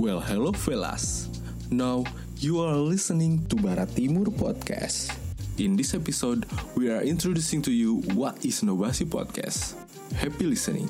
Well, hello fellas. Now you are listening to Barat Timur Podcast. In this episode, we are introducing to you what is Nobasi Podcast. Happy listening.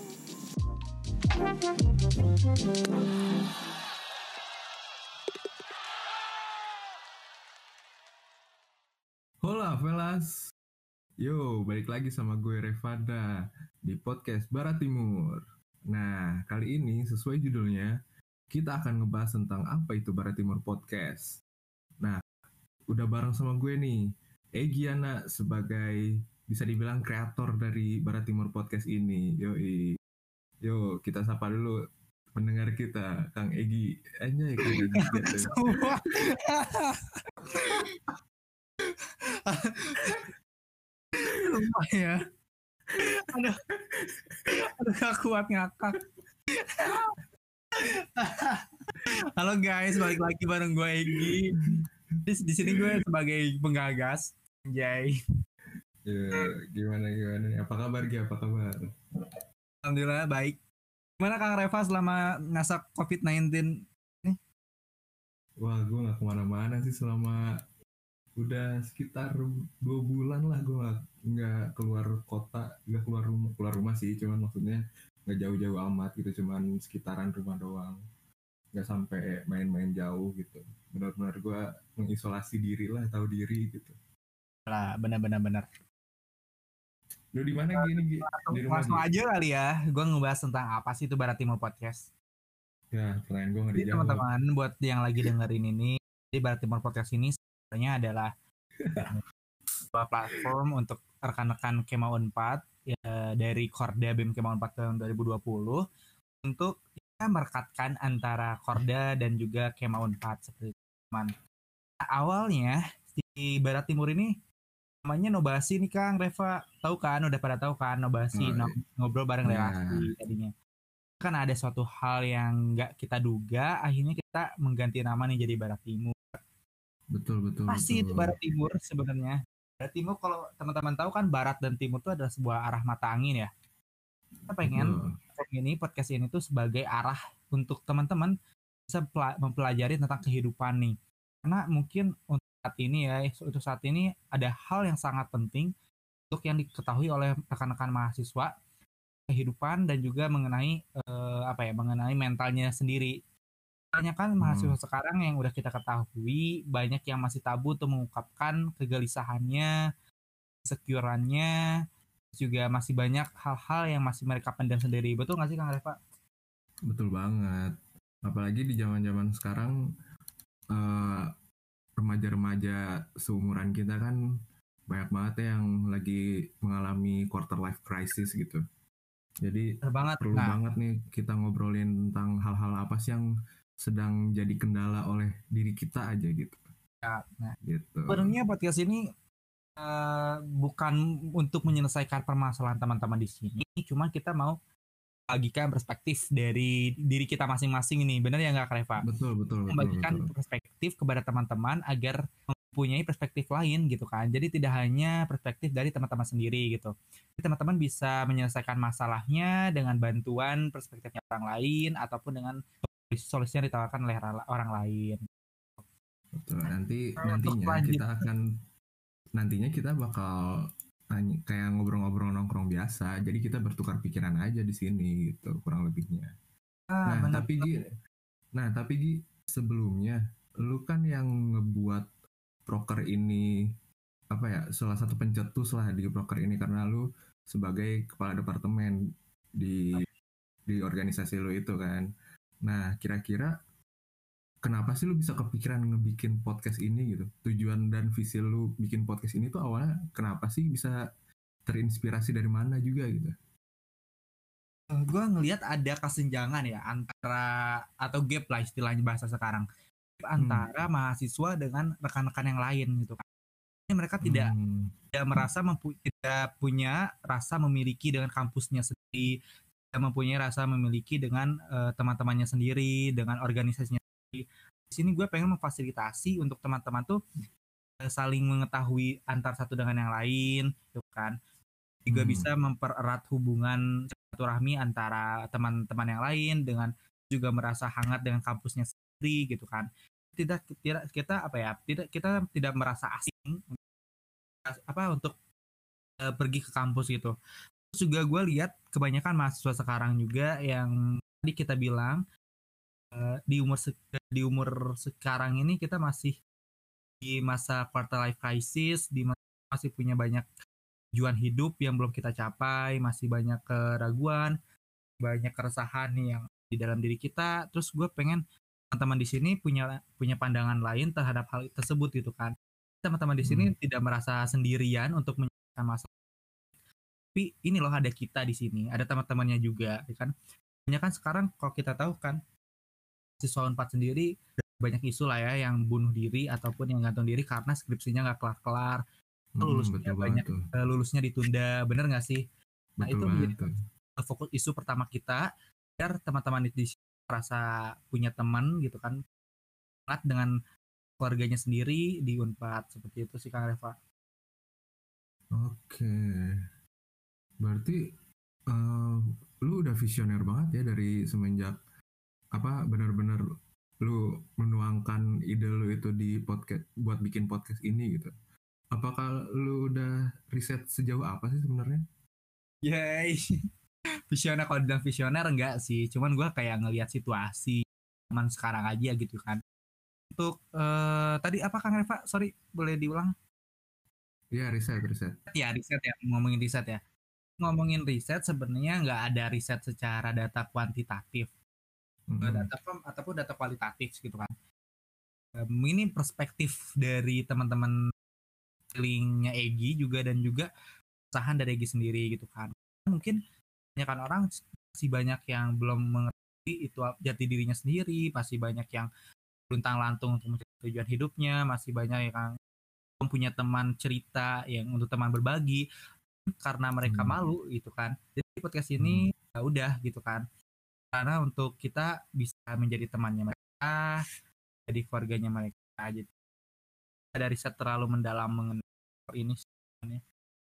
Hola fellas. Yo, balik lagi sama gue Revada di podcast Barat Timur. Nah, kali ini sesuai judulnya, kita akan ngebahas tentang apa itu Barat Timur Podcast. Nah, udah bareng sama gue nih, Egyana sebagai bisa dibilang kreator dari Barat Timur Podcast ini. Yo, kita sapa dulu pendengar kita, Kang Egi. Anjay, Kang Egi. Semua. Lupa ya. Aduh, gak kuat ngakak. Halo guys, balik lagi bareng gue Egi. Di sini gue sebagai penggagas. Jay. Gimana? Apa kabar Gi? Apa kabar? Alhamdulillah baik. Gimana Kang Reva selama ngasak COVID-19? Wah, gue gak kemana-mana sih selama udah sekitar 2 bulan lah gue nggak keluar kota, nggak keluar rumah sih, cuman maksudnya nggak jauh-jauh amat gitu, cuman sekitaran rumah doang, nggak sampai main-main jauh gitu. Benar-benar gue mengisolasi diri lah, tahu diri gitu. Lah, benar. Lu di mana gini? Di rumah langsung aja kali ya, gue ngebahas tentang apa sih itu Barat Timur Podcast. Ya, pertanyaan gue nggak Jadi dijawab. teman-teman buat yang lagi dengerin ini, di Barat Timur Podcast ini sebenarnya adalah sebuah platform untuk rekan-rekan Kema Unpad ya, dari Korda BEM Kema Unpad tahun 2020 untuk ya, merekatkan antara Korda dan juga Kema Unpad seperti itu, teman. Nah, awalnya di Barat Timur ini namanya Nobasi nih Kang Reva, tahu kan? Udah pada tahu kan Nobasi, ngobrol bareng relasi tadinya. Kan ada suatu hal yang nggak kita duga, akhirnya kita mengganti nama nih jadi Barat Timur. Betul. Pasti itu Barat Timur sebenarnya. Barat Timur kalau teman-teman tahu kan Barat dan Timur itu adalah sebuah arah mata angin ya. Kita pengen ini podcast ini tuh sebagai arah untuk teman-teman bisa mempelajari tentang kehidupan nih. Karena mungkin untuk saat ini ada hal yang sangat penting untuk yang diketahui oleh rekan-rekan mahasiswa, kehidupan dan juga mengenai mengenai mentalnya sendiri. Banyak kan mahasiswa sekarang yang udah kita ketahui, banyak yang masih tabu untuk mengungkapkan kegelisahannya, insecurannya, juga masih banyak hal-hal yang masih mereka pendam sendiri. Betul nggak sih Kang Reva? Betul banget. Apalagi di zaman-zaman sekarang, remaja-remaja seumuran kita kan banyak banget ya yang lagi mengalami quarter life crisis gitu. Jadi perlu banget nih kita ngobrolin tentang hal-hal apa sih yang sedang jadi kendala oleh diri kita aja gitu. Ya, nah, gitu. sebenarnya podcast ini bukan untuk menyelesaikan permasalahan teman-teman di sini, cuma kita mau bagikan perspektif dari diri kita masing-masing ini, benar ya nggak Reva? Betul. Membagikan perspektif kepada teman-teman agar mempunyai perspektif lain gitu kan. Jadi tidak hanya perspektif dari teman-teman sendiri gitu. Jadi teman-teman bisa menyelesaikan masalahnya dengan bantuan perspektifnya orang lain ataupun dengan solusi yang ditawarkan oleh orang lain. Betul. Nantinya kita bakal kayak ngobrol-ngobrol nongkrong biasa. Jadi kita bertukar pikiran aja di sini gitu, kurang lebihnya. Tapi Gi, sebelumnya lu kan yang ngebuat proker ini salah satu pencetus lah di proker ini karena lu sebagai kepala departemen di organisasi lu itu kan. Nah, kira-kira kenapa sih lu bisa kepikiran ngebikin podcast ini gitu? Tujuan dan visi lu bikin podcast ini tuh awalnya kenapa sih, bisa terinspirasi dari mana juga gitu? Gue ngelihat ada kesenjangan ya antara, atau gap lah istilahnya bahasa sekarang, antara mahasiswa dengan rekan-rekan yang lain gitu kan. Mereka tidak punya rasa memiliki dengan kampusnya sendiri, tidak mempunyai rasa memiliki dengan teman-temannya sendiri, dengan organisasinya sendiri. Di sini gue pengen memfasilitasi untuk teman-teman tuh saling mengetahui antar satu dengan yang lain, gitu kan. Juga bisa mempererat hubungan silaturahmi antara teman-teman yang lain dengan juga merasa hangat dengan kampusnya sendiri gitu kan. Tidak kita apa ya? Kita tidak merasa asing untuk pergi ke kampus gitu. Terus juga gue lihat kebanyakan mahasiswa sekarang juga yang tadi kita bilang di umur sekarang ini kita masih di masa quarter life crisis, masih punya banyak tujuan hidup yang belum kita capai, masih banyak keraguan, banyak keresahan yang di dalam diri kita. Terus gue pengen teman-teman di sini punya pandangan lain terhadap hal tersebut gitu kan. Teman-teman di sini tidak merasa sendirian untuk menyelesaikan masalah. Tapi ini loh ada kita di sini, ada teman-temannya juga, ya kan. Banyak kan sekarang kalau kita tahu kan siswa Unpad sendiri banyak isu lah ya yang bunuh diri ataupun yang gantung diri karena skripsinya nggak kelar-kelar, lulusnya banyak lulusnya ditunda, bener nggak sih? Nah itu menjadi fokus isu pertama kita biar teman-teman di sini merasa punya teman gitu kan, dengan keluarganya sendiri di Unpad seperti itu sih Kang Reva. Oke, berarti lu udah visioner banget ya dari semenjak benar-benar lu menuangkan ide lu itu di podcast buat bikin podcast ini gitu. Apakah lu udah riset sejauh apa sih sebenarnya? Yay, visioner, kalau bilang visioner enggak sih, cuman gue kayak ngelihat situasi zaman sekarang aja gitu kan. Untuk tadi apa Kang Reva? Sorry, boleh diulang? Iya, riset. Ya, riset ya, ngomongin riset ya. Ngomongin riset sebenarnya nggak ada riset secara data kuantitatif. Ataupun data kualitatif gitu kan. Ini perspektif dari teman-teman linknya Egi juga dan juga usahaan dari Egi sendiri gitu kan. Mungkin kebanyakan orang masih banyak yang belum mengerti itu jati dirinya sendiri, masih banyak yang luntang-lantung untuk mencari tujuan hidupnya, masih banyak yang belum punya teman cerita yang untuk teman berbagi karena mereka malu gitu kan. Jadi podcast ini ya udah gitu kan. Karena untuk kita bisa menjadi temannya mereka, jadi keluarganya mereka gitu. Ada riset terlalu mendalam mengenai ini sebenarnya.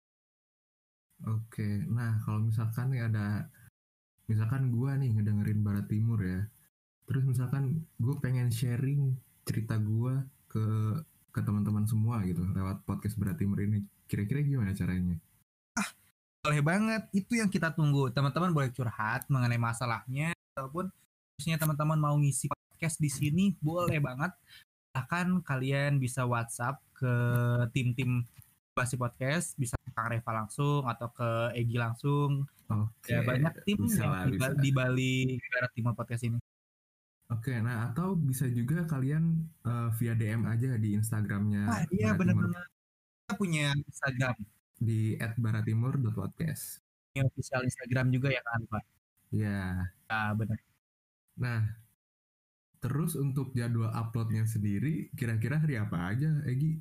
Oke, nah kalau misalkan nih misalkan gue nih ngedengerin Barat Timur ya, terus misalkan gue pengen sharing cerita gue ke teman-teman semua gitu lewat podcast Barat Timur ini, kira-kira gimana caranya? Boleh banget, itu yang kita tunggu. Teman-teman boleh curhat mengenai masalahnya, ataupun misalnya teman-teman mau ngisi podcast di sini, boleh banget. Bahkan kalian bisa WhatsApp ke tim-tim Basi Podcast, bisa ke Kang Reva langsung atau ke Egi langsung. Oke, ya banyak tim yang di Bali Barat Timur Podcast ini. Oke, nah atau bisa juga kalian via DM aja di Instagramnya. Iya benar-benar. Kita punya Instagram di @baratimur.podcast. Ini official Instagram juga ya kan Pak? Iya. Benar. Nah, terus untuk jadwal uploadnya sendiri, kira-kira hari apa aja, Egi?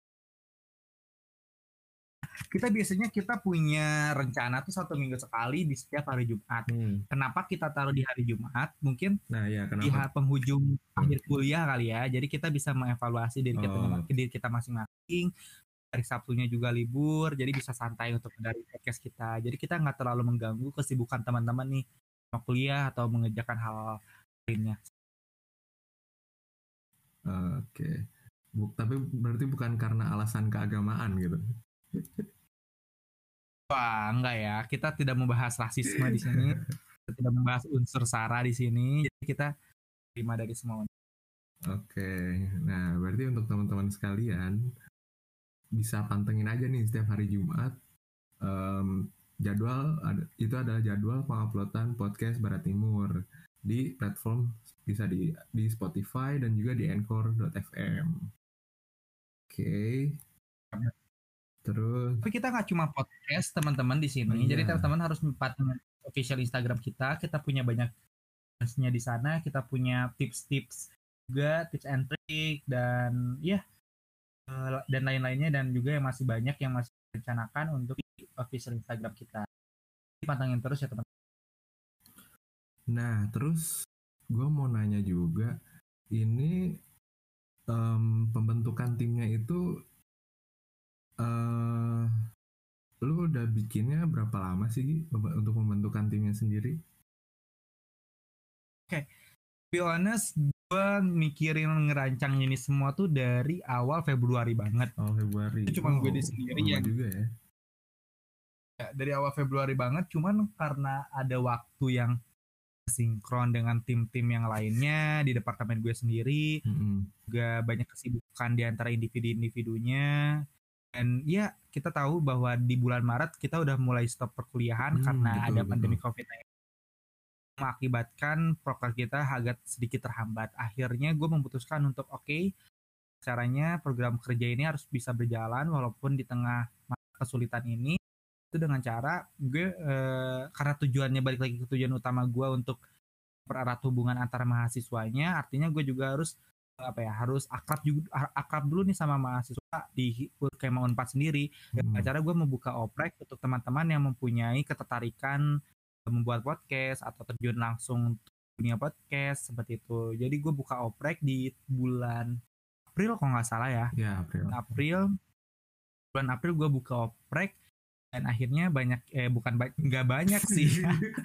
Kita punya rencana tuh 1 minggu sekali di setiap hari Jumat. Kenapa kita taruh di hari Jumat? Mungkin di penghujung akhir kuliah kali ya. Jadi kita bisa mengevaluasi diri kita masing-masing. Hari Sabtunya juga libur, jadi bisa santai untuk dari podcast kita. Jadi kita nggak terlalu mengganggu kesibukan teman-teman nih mau kuliah atau mengerjakan hal lainnya. Oke. Tapi berarti bukan karena alasan keagamaan gitu? Wah, enggak ya. Kita tidak membahas rasisme di sini. Kita tidak membahas unsur SARA di sini. Jadi kita terima dari semua. Oke. Nah, berarti untuk teman-teman sekalian bisa pantengin aja nih setiap hari Jumat. Itu adalah jadwal penguploadan podcast Barat Timur di platform bisa di Spotify dan juga di Anchor.fm. Oke. Terus. Tapi kita nggak cuma podcast teman-teman di sini. Jadi teman-teman harus pantengin official Instagram kita. Kita punya banyak tipsnya di sana. Kita punya tips-tips juga, tips and trick dan dan lain-lainnya, dan juga yang masih banyak yang masih direncanakan untuk official Instagram kita. Pantengin terus ya teman-teman. Nah, terus gue mau nanya juga, ini pembentukan timnya itu lu udah bikinnya berapa lama sih Gi, untuk membentukan timnya sendiri? Oke, be honest, gue mikirin ngerancang ini semua tuh dari awal Februari banget. Oh, Februari. Itu cuma gue sendiri lama yang juga ya. ya, dari awal Februari banget. Cuman karena ada waktu yang sinkron dengan tim-tim yang lainnya di departemen gue sendiri, juga banyak kesibukan di antara individu-individunya. Dan ya kita tahu bahwa di bulan Maret kita udah mulai stop perkuliahan karena ada pandemi COVID-19, mengakibatkan proker kita agak sedikit terhambat. Akhirnya gue memutuskan untuk caranya program kerja ini harus bisa berjalan walaupun di tengah kesulitan ini. Itu dengan cara gue karena tujuannya balik lagi ke tujuan utama gue untuk pererat hubungan antara mahasiswanya, artinya gue juga harus harus akrab dulu nih sama mahasiswa di Kema Unpad sendiri. Dengan cara gue membuka oprek untuk teman-teman yang mempunyai ketertarikan membuat podcast atau terjun langsung dunia podcast seperti itu. Jadi gue buka oprek di bulan April kalau nggak salah ya. Ya, Bulan April gue buka oprek dan akhirnya nggak banyak sih.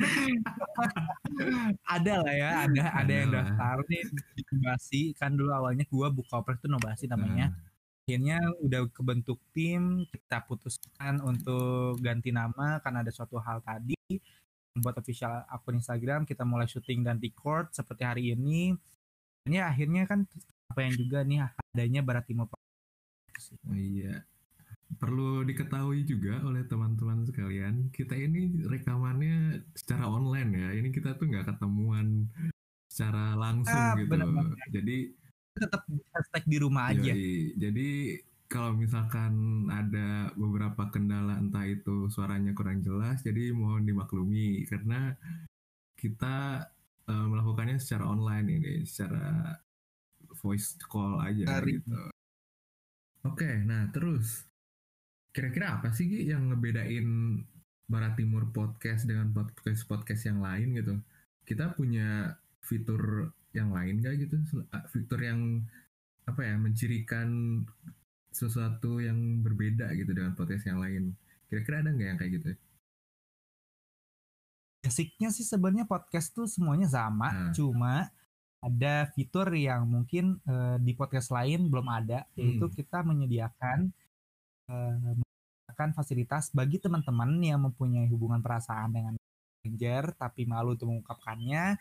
Ada lah ya, ada yang daftar nih di Nobasi. Kan dulu awalnya gue buka oprek itu Nobasi namanya. Akhirnya udah kebentuk tim, kita putuskan untuk ganti nama karena ada suatu hal tadi. Membuat official akun Instagram, kita mulai syuting dan record seperti hari ini. Dan ya akhirnya kan apa yang juga nih adanya Barat Timur. Iya. Perlu diketahui juga oleh teman-teman sekalian, kita ini rekamannya secara online ya. Ini kita tuh nggak ketemuan secara langsung gitu. Bener-bener. Jadi tetap hashtag di rumah aja. Jadi kalau misalkan ada beberapa kendala, entah itu suaranya kurang jelas, jadi mohon dimaklumi karena kita melakukannya secara online ini, secara voice call aja gitu. Oke, nah terus kira-kira apa sih Gi yang ngebedain Barat Timur Podcast dengan podcast yang lain gitu? Kita punya fitur yang lain gak gitu? Fitur yang mencirikan sesuatu yang berbeda gitu dengan podcast yang lain. Kira-kira ada nggak yang kayak gitu? Basicnya sih sebenarnya podcast tuh semuanya sama, cuma ada fitur yang mungkin di podcast lain belum ada, yaitu kita menyediakan fasilitas bagi teman-teman yang mempunyai hubungan perasaan dengan stranger tapi malu untuk mengungkapkannya,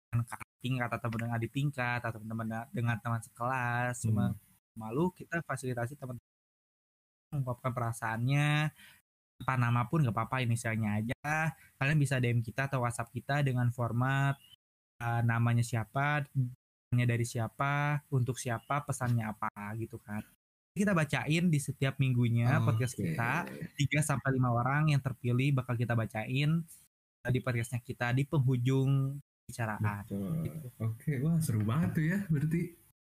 kata teman dengan adik tingkat atau teman dengan teman sekelas, cuma malu, kita fasilitasi teman-teman mengungkapkan perasaannya tanpa nama pun nggak apa-apa, inisialnya aja. Kalian bisa DM kita atau WhatsApp kita dengan format namanya siapa, dari siapa, untuk siapa, pesannya apa gitu kan. Kita bacain di setiap minggunya podcast kita, 3-5 orang yang terpilih bakal kita bacain di podcastnya kita di penghujung bicaraan. Gitu. Oke, wah seru banget tuh ya berarti.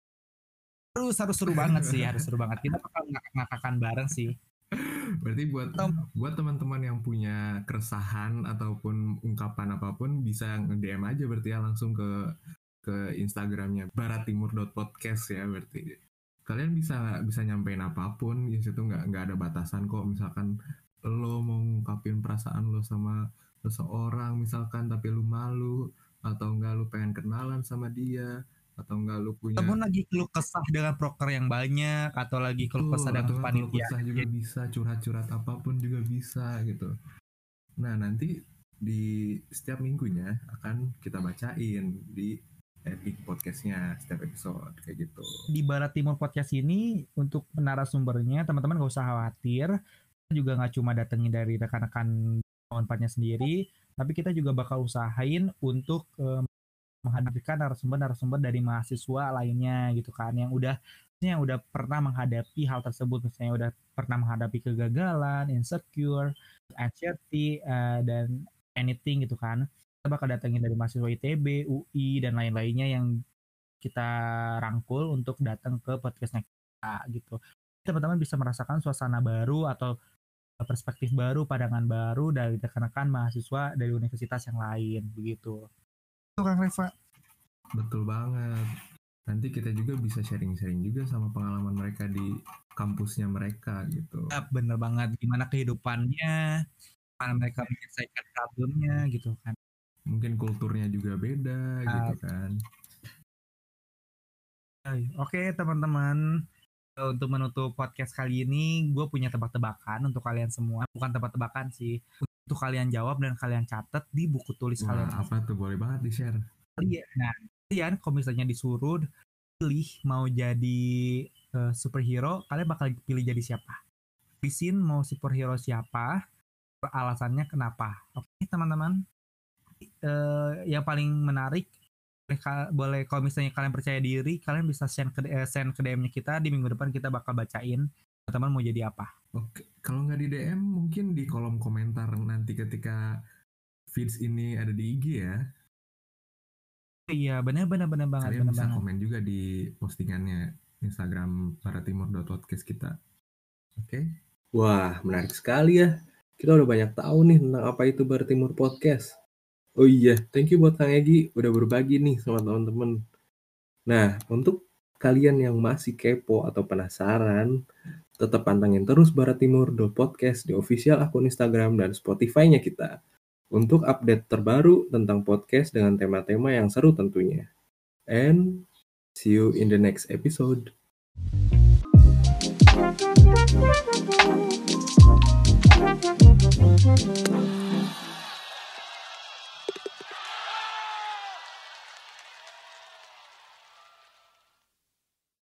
Harus seru banget sih, harus seru banget. Kita bakal ngakakan bareng sih. Berarti buat teman-teman yang punya keresahan ataupun ungkapan apapun bisa nge-DM aja berarti ya langsung ke Instagramnya barattimur.podcast ya berarti. Kalian bisa nyampein apapun di situ, nggak ada batasan kok. Misalkan lo mau ngungkapin perasaan lo sama seseorang misalkan tapi lu malu, atau enggak lu pengen kenalan sama dia, atau enggak lu punya lagi keluh kesah dengan proker yang banyak, atau lagi keluh kesah dengan panitia, keluh kesah juga bisa, curhat-curhat apapun juga bisa gitu. Nah nanti di setiap minggunya akan kita bacain di epic podcastnya setiap episode kayak gitu. Di Barat Timur Podcast ini untuk narasumbernya teman-teman gak usah khawatir, kita juga nggak cuma datengin dari rekan-rekan Unpadnya sendiri, tapi kita juga bakal usahain untuk menghadirkan narasumber dari mahasiswa lainnya gitu kan, yang udah pernah menghadapi hal tersebut, misalnya udah pernah menghadapi kegagalan, insecure, anxiety, dan anything gitu kan. Kita bakal datengin dari mahasiswa ITB, UI, dan lain-lainnya yang kita rangkul untuk datang ke podcastnya kita gitu. Teman-teman bisa merasakan suasana baru atau perspektif baru, pandangan baru dari rekan-rekan mahasiswa dari universitas yang lain begitu. Kang Reva. Betul banget. Nanti kita juga bisa sharing-sharing juga sama pengalaman mereka di kampusnya mereka gitu. Ya, bener banget. Gimana kehidupannya, gimana mereka menyelesaikan problemnya gitu kan. Mungkin kulturnya juga beda gitu kan. Oke teman-teman, untuk menutup podcast kali ini, gue punya tebak-tebakan untuk kalian semua. Bukan tebak-tebakan sih, untuk kalian jawab dan kalian catat di buku tulis kalian. Wah, apa tuh? Boleh banget di-share. Nah, kalian kalau misalnya disuruh pilih mau jadi superhero, kalian bakal pilih jadi siapa? Tulisin mau superhero siapa, alasannya kenapa. Oke teman-teman, yang paling menarik, boleh kalau misalnya kalian percaya diri, kalian bisa send ke DM-nya kita. Di minggu depan kita bakal bacain teman-teman mau jadi apa. Oke, kalau nggak di DM mungkin di kolom komentar nanti ketika feeds ini ada di IG ya. Iya, benar banget. Kalian bisa komen juga di postingannya Instagram baratimur.podcast kita. Oke? Wah, menarik sekali ya. Kita udah banyak tahu nih tentang apa itu Baratimur Podcast. Oh iya, thank you buat Kang Egi udah berbagi nih sama teman-teman. Nah, untuk kalian yang masih kepo atau penasaran, tetap pantengin terus baratimur.podcast di official akun Instagram dan Spotify-nya kita untuk update terbaru tentang podcast dengan tema-tema yang seru tentunya. And see you in the next episode.